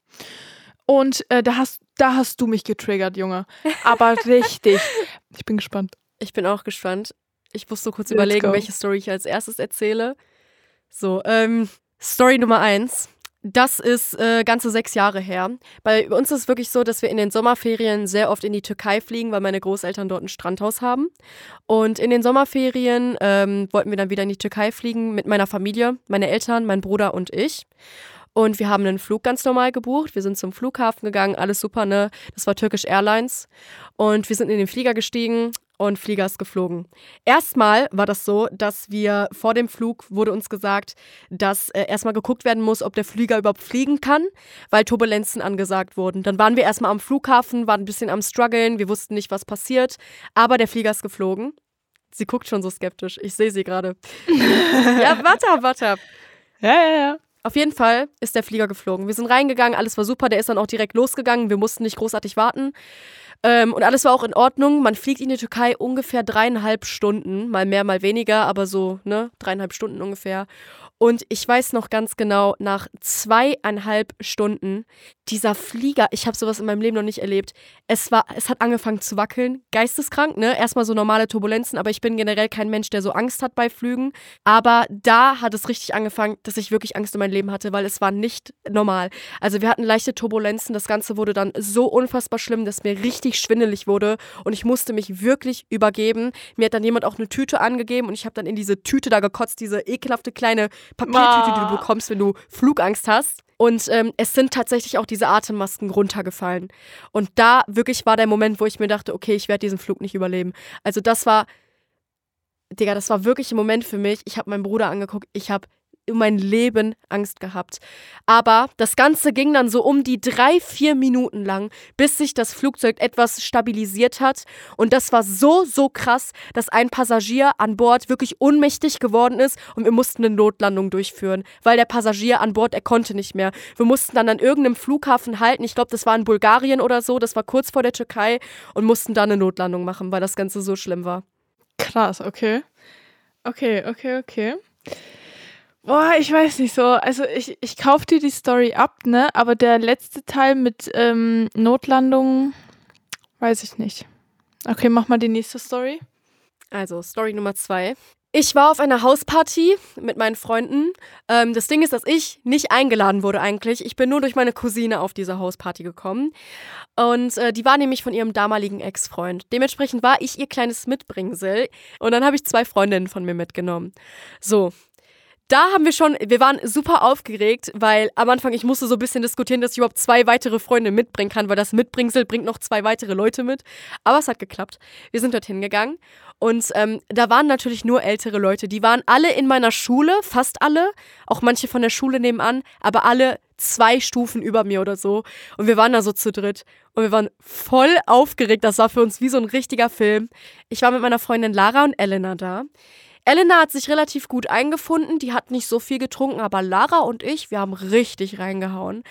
und da hast du mich getriggert, Junge. Aber richtig. Ich bin gespannt. Ich bin auch gespannt. Ich muss so kurz überlegen, welche Story ich als erstes erzähle. So, Story Nummer 1. Das ist ganze 6 Jahre her. Bei uns ist es wirklich so, dass wir in den Sommerferien sehr oft in die Türkei fliegen, weil meine Großeltern dort ein Strandhaus haben. Und in den Sommerferien wollten wir dann wieder in die Türkei fliegen mit meiner Familie, meine Eltern, mein Bruder und ich. Und wir haben einen Flug ganz normal gebucht. Wir sind zum Flughafen gegangen, alles super, ne? Das war Turkish Airlines. Und wir sind in den Flieger gestiegen und Flieger ist geflogen. Erstmal war das so, dass wir vor dem Flug wurde uns gesagt, dass erstmal geguckt werden muss, ob der Flieger überhaupt fliegen kann, weil Turbulenzen angesagt wurden. Dann waren wir erstmal am Flughafen, waren ein bisschen am struggeln, wir wussten nicht, was passiert, aber der Flieger ist geflogen. Sie guckt schon so skeptisch, ich sehe sie gerade. Ja, warte ab. Ja. Auf jeden Fall ist der Flieger geflogen. Wir sind reingegangen, alles war super, der ist dann auch direkt losgegangen, wir mussten nicht großartig warten. Und alles war auch in Ordnung. Man fliegt in die Türkei ungefähr 3,5 Stunden, mal mehr, mal weniger, aber so, ne, 3,5 Stunden ungefähr. Und ich weiß noch ganz genau, nach 2,5 Stunden, dieser Flieger, ich habe sowas in meinem Leben noch nicht erlebt, es hat angefangen zu wackeln, geisteskrank, ne, erstmal so normale Turbulenzen, aber ich bin generell kein Mensch, der so Angst hat bei Flügen, aber da hat es richtig angefangen, dass ich wirklich Angst in meinem Leben hatte, weil es war nicht normal. Also wir hatten leichte Turbulenzen, das Ganze wurde dann so unfassbar schlimm, dass mir richtig schwindelig wurde und ich musste mich wirklich übergeben. Mir hat dann jemand auch eine Tüte angegeben und ich habe dann in diese Tüte da gekotzt, diese ekelhafte kleine Papiertüte, die du bekommst, wenn du Flugangst hast. Und es sind tatsächlich auch diese Atemmasken runtergefallen. Und da wirklich war der Moment, wo ich mir dachte, okay, ich werde diesen Flug nicht überleben. Also das war wirklich ein Moment für mich. Ich habe meinen Bruder angeguckt, ich habe um mein Leben Angst gehabt. Aber das Ganze ging dann so um die 3-4 Minuten lang, bis sich das Flugzeug etwas stabilisiert hat. Und das war so krass, dass ein Passagier an Bord wirklich ohnmächtig geworden ist und wir mussten eine Notlandung durchführen, weil der Passagier an Bord, er konnte nicht mehr. Wir mussten dann an irgendeinem Flughafen halten, ich glaube, das war in Bulgarien oder so, das war kurz vor der Türkei und mussten da eine Notlandung machen, weil das Ganze so schlimm war. Krass, okay. Okay. Boah, ich weiß nicht so. Also ich kauf dir die Story ab, ne? Aber der letzte Teil mit Notlandung, Weiß ich nicht. Okay, mach mal die nächste Story. Also, Story Nummer 2. Ich war auf einer Hausparty mit meinen Freunden. Das Ding ist, dass ich nicht eingeladen wurde eigentlich. Ich bin nur durch meine Cousine auf diese Hausparty gekommen. Und die war nämlich von ihrem damaligen Ex-Freund. Dementsprechend war ich ihr kleines Mitbringsel. Und dann habe ich 2 Freundinnen von mir mitgenommen. So. Da haben wir waren super aufgeregt, weil am Anfang ich musste so ein bisschen diskutieren, dass ich überhaupt 2 weitere Freunde mitbringen kann, weil das Mitbringsel bringt noch 2 weitere Leute mit. Aber es hat geklappt. Wir sind dorthin gegangen und da waren natürlich nur ältere Leute. Die waren alle in meiner Schule, fast alle, auch manche von der Schule nebenan, aber alle 2 Stufen über mir oder so. Und wir waren da so zu dritt und wir waren voll aufgeregt. Das war für uns wie so ein richtiger Film. Ich war mit meiner Freundin Lara und Elena da. Elena hat sich relativ gut eingefunden, die hat nicht so viel getrunken, aber Lara und ich, wir haben richtig reingehauen.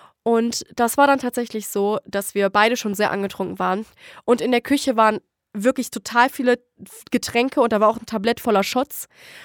Und das war dann tatsächlich so, dass wir beide schon sehr angetrunken waren. Und in der Küche waren wirklich total viele Getränke und da war auch ein Tablett voller Shots.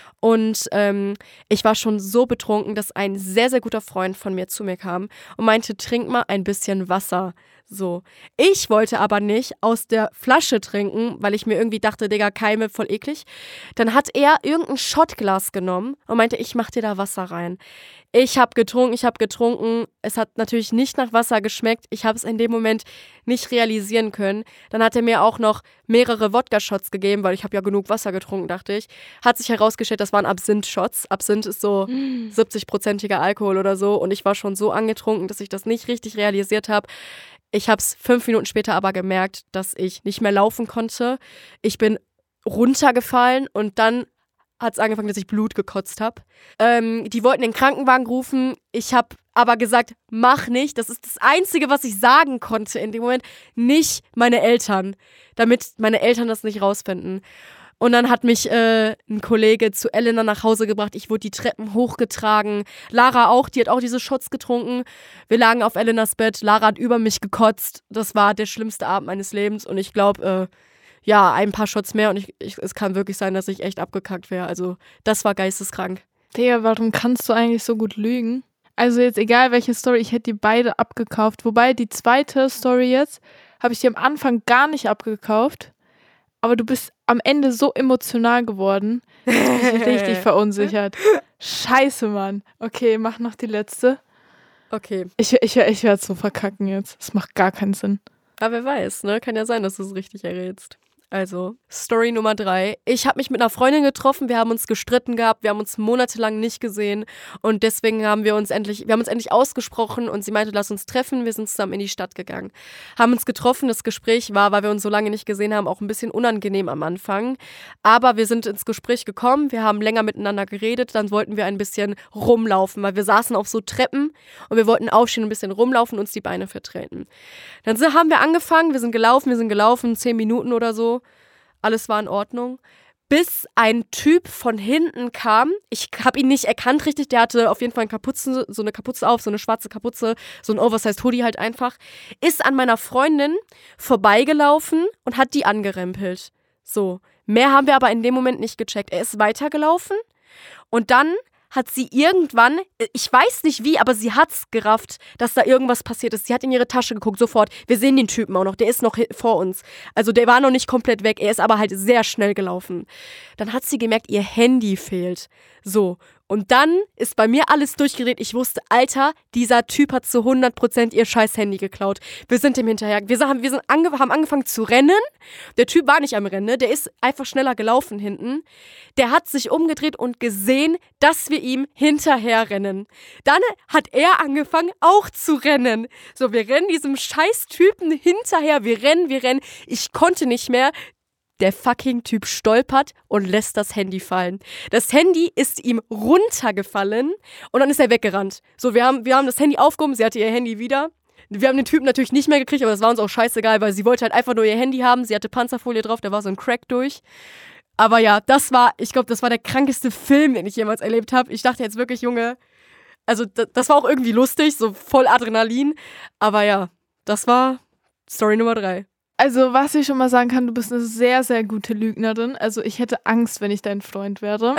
Und ich war schon so betrunken, dass ein sehr, sehr guter Freund von mir zu mir kam und meinte, trink mal ein bisschen Wasser. So. Ich wollte aber nicht aus der Flasche trinken, weil ich mir irgendwie dachte, Digga, Keime, voll eklig. Dann hat er irgendein Shotglas genommen und meinte, ich mach dir da Wasser rein. Ich habe getrunken. Es hat natürlich nicht nach Wasser geschmeckt. Ich habe es in dem Moment nicht realisieren können. Dann hat er mir auch noch mehrere Wodka-Shots gegeben, weil ich habe ja genug Wasser getrunken, dachte ich. Hat sich herausgestellt, das waren Absinth-Shots. Absinth ist so 70%iger Alkohol oder so. Und ich war schon so angetrunken, dass ich das nicht richtig realisiert habe. Ich habe es 5 Minuten später aber gemerkt, dass ich nicht mehr laufen konnte. Ich bin runtergefallen und dann hat es angefangen, dass ich Blut gekotzt habe. Die wollten den Krankenwagen rufen. Ich habe aber gesagt, mach nicht. Das ist das Einzige, was ich sagen konnte in dem Moment. Nicht meine Eltern, damit meine Eltern das nicht rausfinden. Und dann hat mich ein Kollege zu Elena nach Hause gebracht. Ich wurde die Treppen hochgetragen. Lara auch, die hat auch diese Shots getrunken. Wir lagen auf Elenas Bett. Lara hat über mich gekotzt. Das war der schlimmste Abend meines Lebens. Und ich glaube, ein paar Shots mehr. Und es kann wirklich sein, dass ich echt abgekackt wäre. Also das war geisteskrank. Digga, warum kannst du eigentlich so gut lügen? Also jetzt egal welche Story, ich hätte die beide abgekauft. Wobei die zweite Story jetzt, habe ich die am Anfang gar nicht abgekauft. Aber du bist am Ende so emotional geworden, dass mich richtig verunsichert. Scheiße, Mann. Okay, mach noch die letzte. Okay. Ich werde es so verkacken jetzt. Das macht gar keinen Sinn. Aber wer weiß, ne? Kann ja sein, dass du es richtig errätst. Also, Story Nummer 3. Ich habe mich mit einer Freundin getroffen, wir haben uns gestritten gehabt, wir haben uns monatelang nicht gesehen und deswegen haben wir uns endlich ausgesprochen und sie meinte, lass uns treffen, wir sind zusammen in die Stadt gegangen. Haben uns getroffen, das Gespräch war, weil wir uns so lange nicht gesehen haben, auch ein bisschen unangenehm am Anfang, aber wir sind ins Gespräch gekommen, wir haben länger miteinander geredet, dann wollten wir ein bisschen rumlaufen, weil wir saßen auf so Treppen und wir wollten aufstehen, ein bisschen rumlaufen und uns die Beine vertreten. Dann haben wir angefangen, wir sind gelaufen, 10 Minuten oder so. Alles war in Ordnung, bis ein Typ von hinten kam. Ich habe ihn nicht erkannt richtig, der hatte auf jeden Fall so eine Kapuze auf, so eine schwarze Kapuze, so ein Oversized Hoodie halt einfach. Ist an meiner Freundin vorbeigelaufen und hat die angerempelt. So, mehr haben wir aber in dem Moment nicht gecheckt. Er ist weitergelaufen und dann hat sie irgendwann, ich weiß nicht wie, aber sie hat's gerafft, dass da irgendwas passiert ist. Sie hat in ihre Tasche geguckt, sofort. Wir sehen den Typen auch noch, der ist noch vor uns. Also der war noch nicht komplett weg, er ist aber halt sehr schnell gelaufen. Dann hat sie gemerkt, ihr Handy fehlt. So, und dann ist bei mir alles durchgedreht. Ich wusste, Alter, dieser Typ hat zu 100% ihr scheiß Handy geklaut. Wir sind ihm hinterher. Haben angefangen zu rennen. Der Typ war nicht am Rennen, der ist einfach schneller gelaufen hinten. Der hat sich umgedreht und gesehen, dass wir ihm hinterher rennen. Dann hat er angefangen auch zu rennen. So, wir rennen diesem scheiß Typen hinterher. Wir rennen. Ich konnte nicht mehr. Der fucking Typ stolpert und lässt das Handy fallen. Das Handy ist ihm runtergefallen und dann ist er weggerannt. So, wir haben das Handy aufgehoben, sie hatte ihr Handy wieder. Wir haben den Typen natürlich nicht mehr gekriegt, aber das war uns auch scheißegal, weil sie wollte halt einfach nur ihr Handy haben. Sie hatte Panzerfolie drauf, da war so ein Crack durch. Aber ja, ich glaube, das war der krankeste Film, den ich jemals erlebt habe. Ich dachte jetzt wirklich, Junge, also das war auch irgendwie lustig, so voll Adrenalin. Aber ja, das war Story Nummer 3. Also, was ich schon mal sagen kann, du bist eine sehr, sehr gute Lügnerin. Also, ich hätte Angst, wenn ich dein Freund wäre.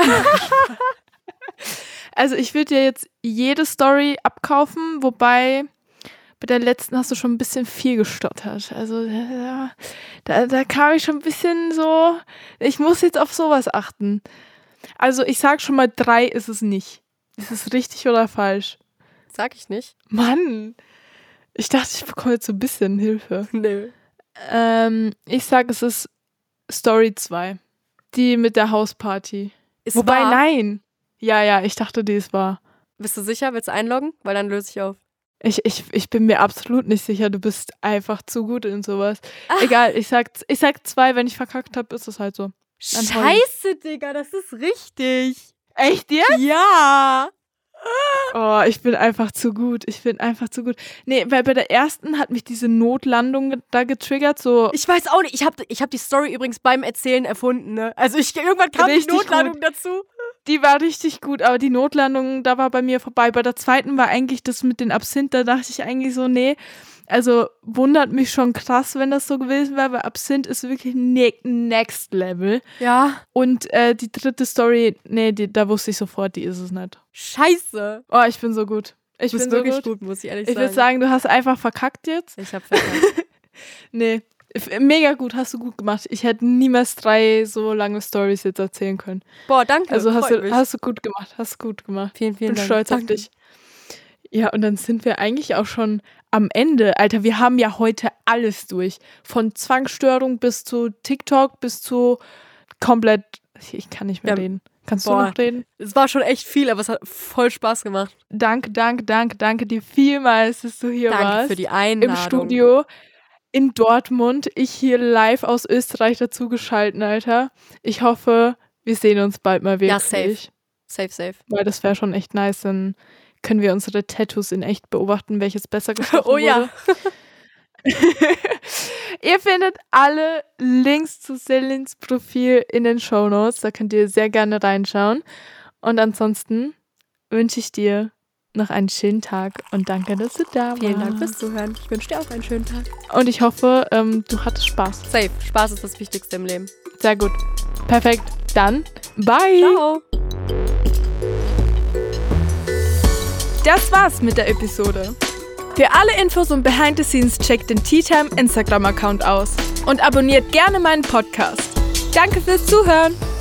Also, ich würde dir jetzt jede Story abkaufen, wobei bei der letzten hast du schon ein bisschen viel gestottert. Also da kam ich schon ein bisschen so, ich muss jetzt auf sowas achten. Also ich sag schon mal, 3 ist es nicht. Ist es richtig oder falsch? Sag ich nicht. Mann, ich dachte, ich bekomme jetzt so ein bisschen Hilfe. Nö. Ich sag, es ist Story 2. Die mit der Hausparty. Ist Wobei, wahr. nein. Ja, ich dachte, die ist wahr. Bist du sicher? Willst du einloggen? Weil dann löse ich auf. Ich bin mir absolut nicht sicher, du bist einfach zu gut in sowas. Egal, ich sag 2, wenn ich verkackt habe, ist es halt so. Scheiße, Digga, das ist richtig. Echt jetzt? Ja. Oh, ich bin einfach zu gut. Nee, weil bei der ersten hat mich diese Notlandung da getriggert, so. Ich weiß auch nicht. Ich hab die Story übrigens beim Erzählen erfunden, ne? Also irgendwann kam Richtig die Notlandung gut. dazu. Die war richtig gut, aber die Notlandung, da war bei mir vorbei. Bei der zweiten war eigentlich das mit den Absinth, da dachte ich eigentlich so, nee. Also wundert mich schon krass, wenn das so gewesen wäre, weil Absinth ist wirklich next level. Ja. Und die dritte Story, nee, da wusste ich sofort, die ist es nicht. Scheiße. Oh, ich bin so gut. Ich Du bin bist so wirklich gut. gut, muss ich ehrlich Ich sagen. würde sagen, du hast einfach verkackt jetzt. Ich hab verkackt. Nee, mega gut, hast du gut gemacht. Ich hätte niemals 3 so lange Stories jetzt erzählen können. Boah, danke. Also freut mich. hast du gut gemacht, Vielen, Ich bin Dank. stolz auf Danke. dich. Ja, und dann sind wir eigentlich auch schon am Ende. Alter, wir haben ja heute alles durch. Von Zwangsstörung bis zu TikTok, bis zu komplett, ich kann nicht mehr reden. Kannst du noch reden? Es war schon echt viel, aber es hat voll Spaß gemacht. Danke dir vielmals, dass du hier warst. Danke für die Einladung. Im Studio in Dortmund. Ich hier live aus Österreich dazugeschalten, Alter. Ich hoffe, wir sehen uns bald mal wirklich. Ja, safe. Weil das wäre schon echt nice, dann können wir unsere Tattoos in echt beobachten, welches besser gestochen Oh ja. wurde. Ihr findet alle Links zu Celines Profil in den Shownotes. Da könnt ihr sehr gerne reinschauen. Und ansonsten wünsche ich dir noch einen schönen Tag und danke, dass du da warst. Vielen Dank fürs Zuhören. Ich wünsche dir auch einen schönen Tag. Und ich hoffe, du hattest Spaß. Safe. Spaß ist das Wichtigste im Leben. Sehr gut. Perfekt. Dann, bye. Ciao. Das war's mit der Episode. Für alle Infos und Behind the Scenes checkt den Teatime Instagram-Account aus und abonniert gerne meinen Podcast. Danke fürs Zuhören.